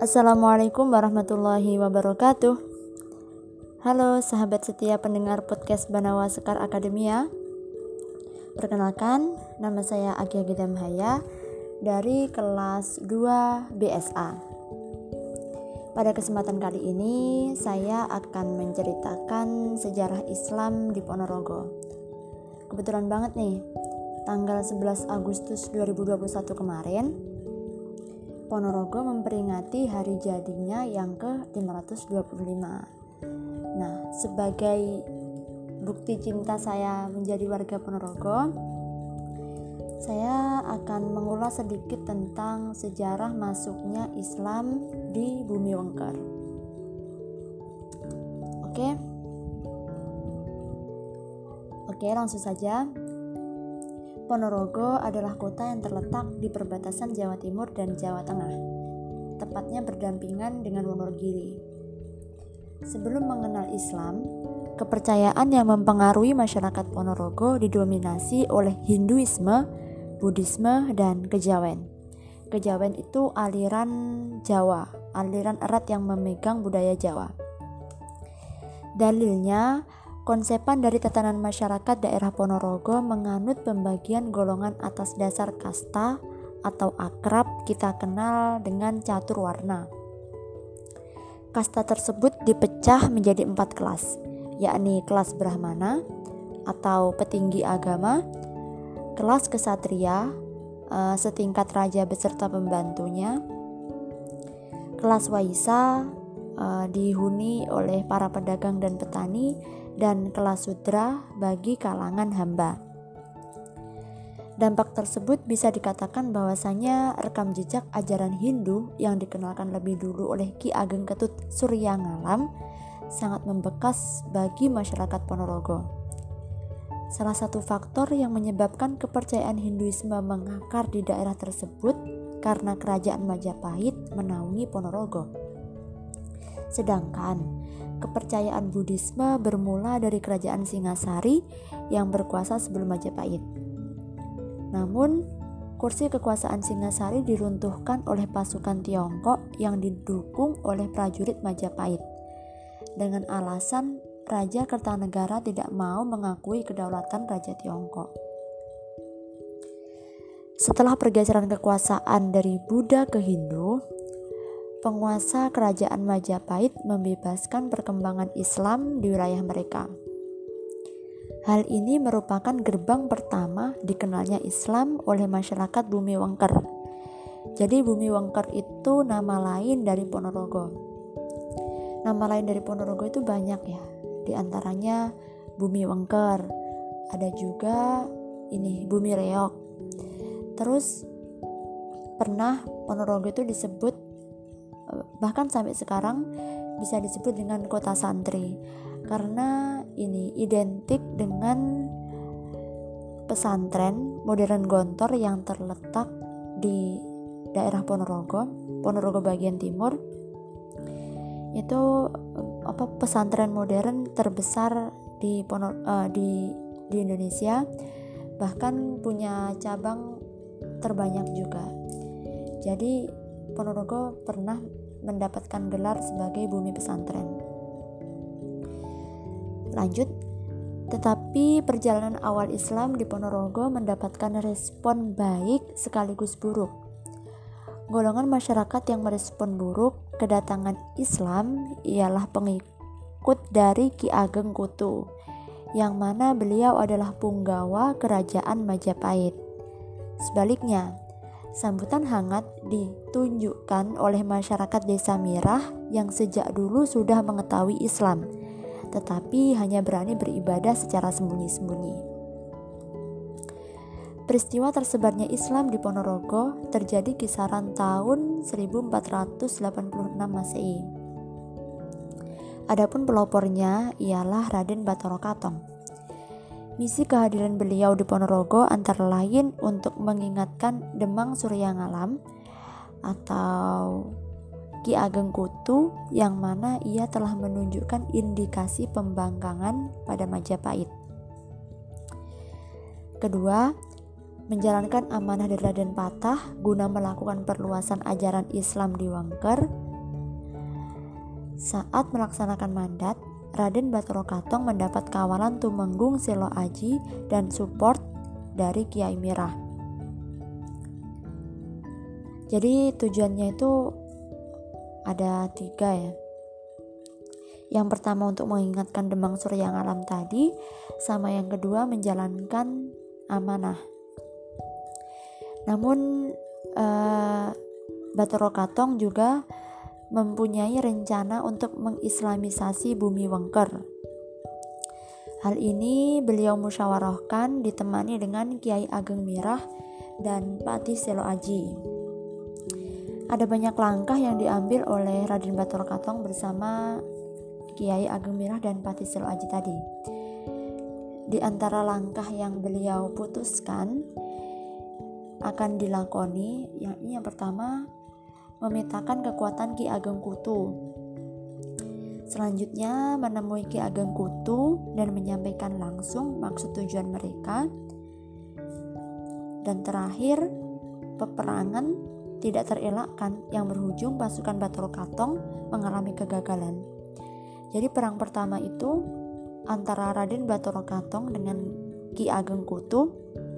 Assalamualaikum warahmatullahi wabarakatuh. Halo sahabat setia pendengar podcast Banawa Sekar Akademia. Perkenalkan, nama saya Agia Gidamhaya dari kelas 2 BSA. Pada kesempatan kali ini saya akan menceritakan sejarah Islam di Ponorogo. Kebetulan banget nih, tanggal 11 Agustus 2021 kemarin Ponorogo memperingati hari jadinya yang ke-525. Nah, sebagai bukti cinta saya menjadi warga Ponorogo, saya akan mengulas sedikit tentang sejarah masuknya Islam di Bumi Wengker. Oke, langsung saja. Ponorogo adalah kota yang terletak di perbatasan Jawa Timur dan Jawa Tengah, tepatnya berdampingan dengan Wonogiri. Sebelum mengenal Islam, kepercayaan yang mempengaruhi masyarakat Ponorogo didominasi oleh Hinduisme, Buddhisme, dan Kejawen. Kejawen itu aliran Jawa, aliran erat yang memegang budaya Jawa. Dalilnya, konsepan dari tatanan masyarakat daerah Ponorogo menganut pembagian golongan atas dasar kasta atau akrab kita kenal dengan catur warna. Kasta tersebut dipecah menjadi 4 kelas, yakni kelas Brahmana atau petinggi agama, kelas kesatria setingkat raja beserta pembantunya, kelas Waisa dihuni oleh para pedagang dan petani, dan kelas sudra bagi kalangan hamba. Dampak tersebut bisa dikatakan bahwasanya rekam jejak ajaran Hindu yang dikenalkan lebih dulu oleh Ki Ageng Ketut Suryanggalam sangat membekas bagi masyarakat Ponorogo. Salah satu faktor yang menyebabkan kepercayaan Hinduisme mengakar di daerah tersebut karena kerajaan Majapahit menaungi Ponorogo. Sedangkan kepercayaan Buddhisme bermula dari kerajaan Singasari yang berkuasa sebelum Majapahit. Namun, kursi kekuasaan Singasari diruntuhkan oleh pasukan Tiongkok yang didukung oleh prajurit Majapahit dengan alasan Raja Kertanegara tidak mau mengakui kedaulatan Raja Tiongkok. Setelah pergeseran kekuasaan dari Buddha ke Hindu, penguasa kerajaan Majapahit membebaskan perkembangan Islam di wilayah mereka. Hal ini merupakan gerbang pertama dikenalnya Islam oleh masyarakat Bumi Wengker. Jadi Bumi Wengker itu nama lain dari Ponorogo. Nama lain dari Ponorogo itu banyak ya. Di antaranya Bumi Wengker, ada juga Bumi Reog. Terus pernah Ponorogo itu disebut, bahkan sampai sekarang bisa disebut dengan kota santri karena ini identik dengan pesantren modern Gontor yang terletak di daerah Ponorogo bagian timur. Itu pesantren modern terbesar di Indonesia, bahkan punya cabang terbanyak juga. Jadi Ponorogo pernah mendapatkan gelar sebagai bumi pesantren. Lanjut, tetapi perjalanan awal Islam di Ponorogo mendapatkan respon baik sekaligus buruk. Golongan masyarakat yang merespon buruk kedatangan Islam ialah pengikut dari Ki Ageng Kutu, yang mana beliau adalah punggawa kerajaan Majapahit. Sebaliknya, sambutan hangat ditunjukkan oleh masyarakat Desa Mirah yang sejak dulu sudah mengetahui Islam, tetapi hanya berani beribadah secara sembunyi-sembunyi. Peristiwa tersebarnya Islam di Ponorogo terjadi kisaran tahun 1486 Masehi. Adapun pelopornya ialah Raden Bathara Katong. Misi kehadiran beliau di Ponorogo antara lain untuk mengingatkan Demang Suryanggalam atau Ki Ageng Kutu yang mana ia telah menunjukkan indikasi pembangkangan pada Majapahit. Kedua, menjalankan amanah dari Raden Patah guna melakukan perluasan ajaran Islam di Wengker Saat melaksanakan mandat, Raden Batara Katong mendapat kawalan Tumenggung Selo Aji dan support dari Kiai Mirah. Jadi tujuannya itu ada 3 ya. Yang pertama untuk mengingatkan Demang Surya Alam tadi, sama yang kedua menjalankan amanah. Namun Batara Katong juga mempunyai rencana untuk mengislamisasi Bumi Wengker. Hal ini beliau musyawarahkan ditemani dengan Kiai Ageng Mirah dan Patih Selo Aji. Ada banyak langkah yang diambil oleh Raden Batara Katong bersama Kiai Ageng Mirah dan Patih Selo Aji tadi. Di antara langkah yang beliau putuskan akan dilakoni, yakni yang pertama memetakan kekuatan Ki Ageng Kutu. Selanjutnya menemui Ki Ageng Kutu dan menyampaikan langsung maksud tujuan mereka. Dan terakhir, peperangan tidak terelakkan yang berujung pasukan Batara Katong mengalami kegagalan. Jadi perang pertama itu antara Raden Batara Katong dengan Ki Ageng Kutu.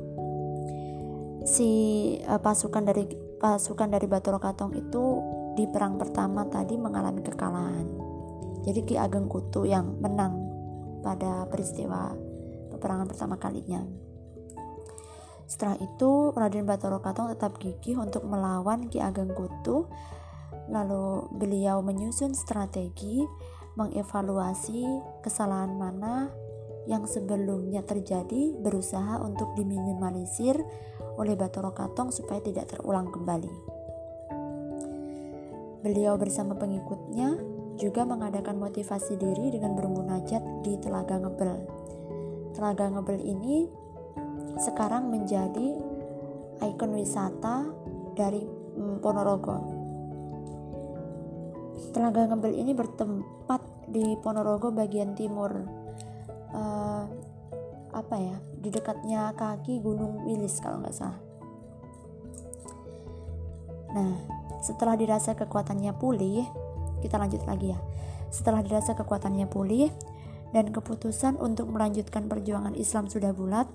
Pasukan dari Batara Katong itu di perang pertama tadi mengalami kekalahan. Jadi Ki Ageng Kutu yang menang pada peristiwa peperangan pertama kalinya. Setelah itu Raden Batara Katong tetap gigih untuk melawan Ki Ageng Kutu. Lalu beliau menyusun strategi, mengevaluasi kesalahan mana yang sebelumnya terjadi, berusaha untuk diminimalisir oleh Batara Katong supaya tidak terulang kembali. Beliau bersama pengikutnya juga mengadakan motivasi diri dengan bermunajat di Telaga Ngebel. Telaga Ngebel ini sekarang menjadi ikon wisata dari Ponorogo. Telaga Ngebel ini bertempat di Ponorogo bagian timur, di dekatnya kaki Gunung Wilis kalau nggak salah. Nah, setelah dirasa kekuatannya pulih, kita lanjut lagi ya. Setelah dirasa kekuatannya pulih dan keputusan untuk melanjutkan perjuangan Islam sudah bulat,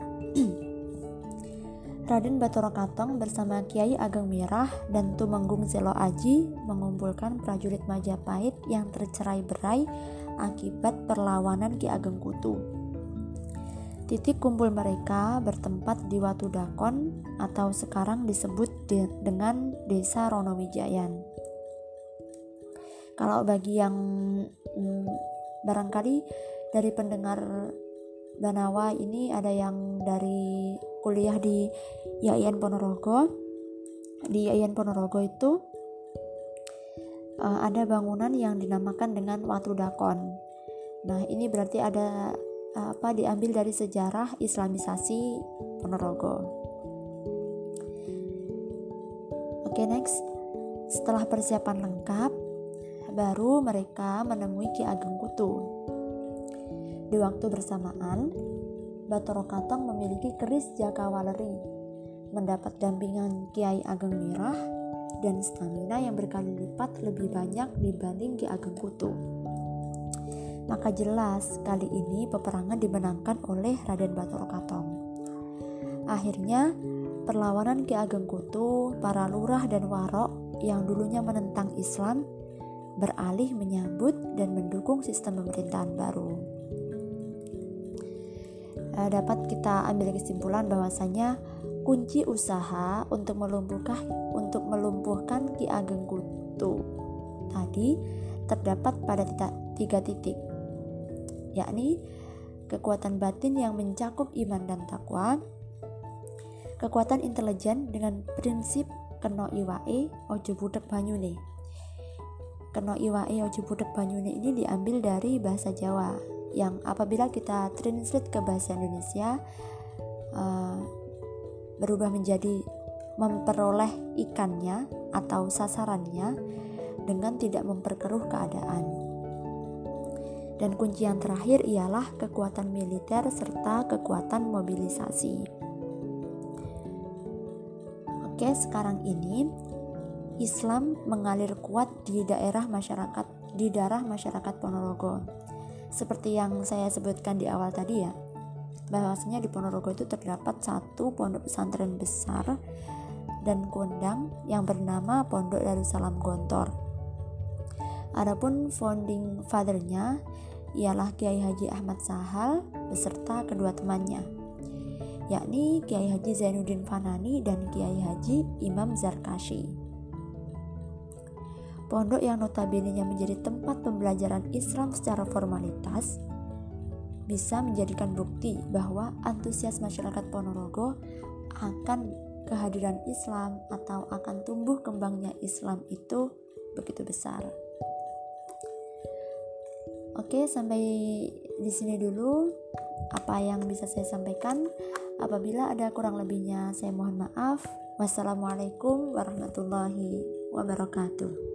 Raden Batara Katong bersama Kiai Ageng Mirah dan Tumenggung Selo Aji mengumpulkan prajurit Majapahit yang tercerai-berai akibat perlawanan Ki Ageng Kutu. Titik kumpul mereka bertempat di Watu Dakon atau sekarang disebut dengan Desa Ronowijayan. Kalau bagi yang barangkali dari pendengar Banawa ini ada yang dari kuliah di IAIN Ponorogo. Di IAIN Ponorogo itu ada bangunan yang dinamakan dengan Watu Dakon. Nah, ini berarti ada diambil dari sejarah Islamisasi Ponorogo. Oke, next. Setelah persiapan lengkap, baru mereka menemui Ki Ageng Kutu. Di waktu bersamaan, Batara Katong memiliki keris Jakawaleri, mendapat dampingan Kiai Ageng Mirah dan stamina yang berkali lipat lebih banyak dibanding Ki Ageng Kutu. Maka jelas kali ini peperangan dimenangkan oleh Raden Batara Katong. Akhirnya perlawanan Ki Ageng Kutu, para lurah dan warok yang dulunya menentang Islam beralih menyambut dan mendukung sistem pemerintahan baru. Dapat kita ambil kesimpulan bahwasanya kunci usaha untuk melumpuhkan Ki Ageng Kutu tadi terdapat pada 3 titik, yakni kekuatan batin yang mencakup iman dan takwa, kekuatan intelijen dengan prinsip kena iwae ojo budek banyune. Kena iwae ojo budek banyune ini diambil dari bahasa Jawa, yang apabila kita translate ke bahasa Indonesia berubah menjadi memperoleh ikannya atau sasarannya dengan tidak memperkeruh keadaan. Dan kunci yang terakhir ialah kekuatan militer serta kekuatan mobilisasi. Oke, sekarang ini Islam mengalir kuat di daerah masyarakat di darah masyarakat Ponorogo. Seperti yang saya sebutkan di awal tadi ya, bahwasanya di Ponorogo itu terdapat satu pondok pesantren besar dan kondang yang bernama Pondok Darussalam Gontor. Adapun founding father-nya ialah Kiai Haji Ahmad Sahal beserta kedua temannya, yakni Kiai Haji Zainuddin Fanani dan Kiai Haji Imam Zarkashi. Pondok yang notabene-nya menjadi tempat pembelajaran Islam secara formalitas bisa menjadikan bukti bahwa antusias masyarakat Ponorogo akan kehadiran Islam atau akan tumbuh kembangnya Islam itu begitu besar. Oke, sampai di sini dulu apa yang bisa saya sampaikan. Apabila ada kurang lebihnya saya mohon maaf. Wassalamualaikum warahmatullahi wabarakatuh.